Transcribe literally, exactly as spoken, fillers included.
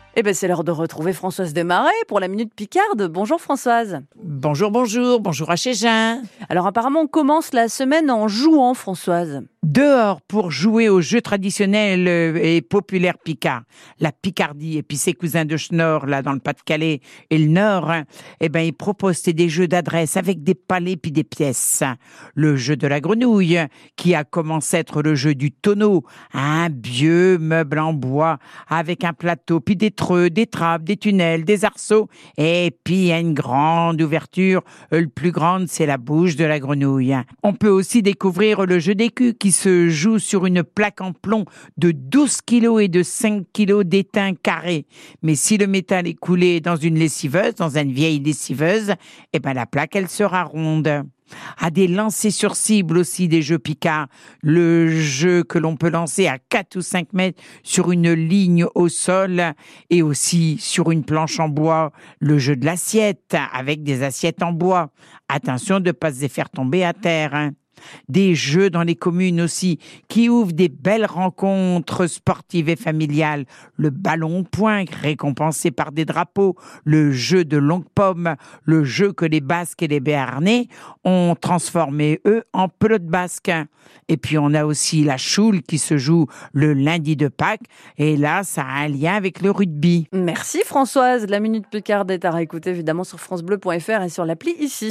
Eh ben, c'est l'heure de retrouver Françoise Desmarais pour la Minute Picarde. Bonjour Françoise. Bonjour, bonjour, bonjour à Chégin. Alors apparemment, on commence la semaine en jouant, Françoise. Dehors pour jouer aux jeux traditionnels euh, et populaires picards. La Picardie et puis ses cousins de Schnorr, là, dans le Pas-de-Calais et le Nord, hein, eh ben, ils proposent des jeux d'adresse avec des palets puis des pièces. Le jeu de la grenouille, qui a commencé à être le jeu du tonneau, un vieux meuble en bois avec un plateau, puis des treux, des trappes, des tunnels, des arceaux, et puis il y a une grande ouverture. Le plus grande, c'est la bouche de la grenouille. On peut aussi découvrir le jeu d'écus, qui se joue sur une plaque en plomb de douze kilos et de cinq kilos d'étain carré. Mais si le métal est coulé dans une lessiveuse, dans une vieille lessiveuse, eh ben la plaque, elle sera ronde. À des lancers sur cible aussi, des jeux picards. Le jeu que l'on peut lancer à quatre ou cinq mètres sur une ligne au sol et aussi sur une planche en bois. Le jeu de l'assiette avec des assiettes en bois. Attention de ne pas se les faire tomber à terre, hein. Des jeux dans les communes aussi, qui ouvrent des belles rencontres sportives et familiales. Le ballon au point, récompensé par des drapeaux. Le jeu de longue pomme. Le jeu que les Basques et les Béarnais ont transformé, eux, en pelote basque. Et puis, on a aussi la choule qui se joue le lundi de Pâques. Et là, ça a un lien avec le rugby. Merci Françoise. La Minute Picarde est à réécouter évidemment sur francebleu point fr et sur l'appli ici.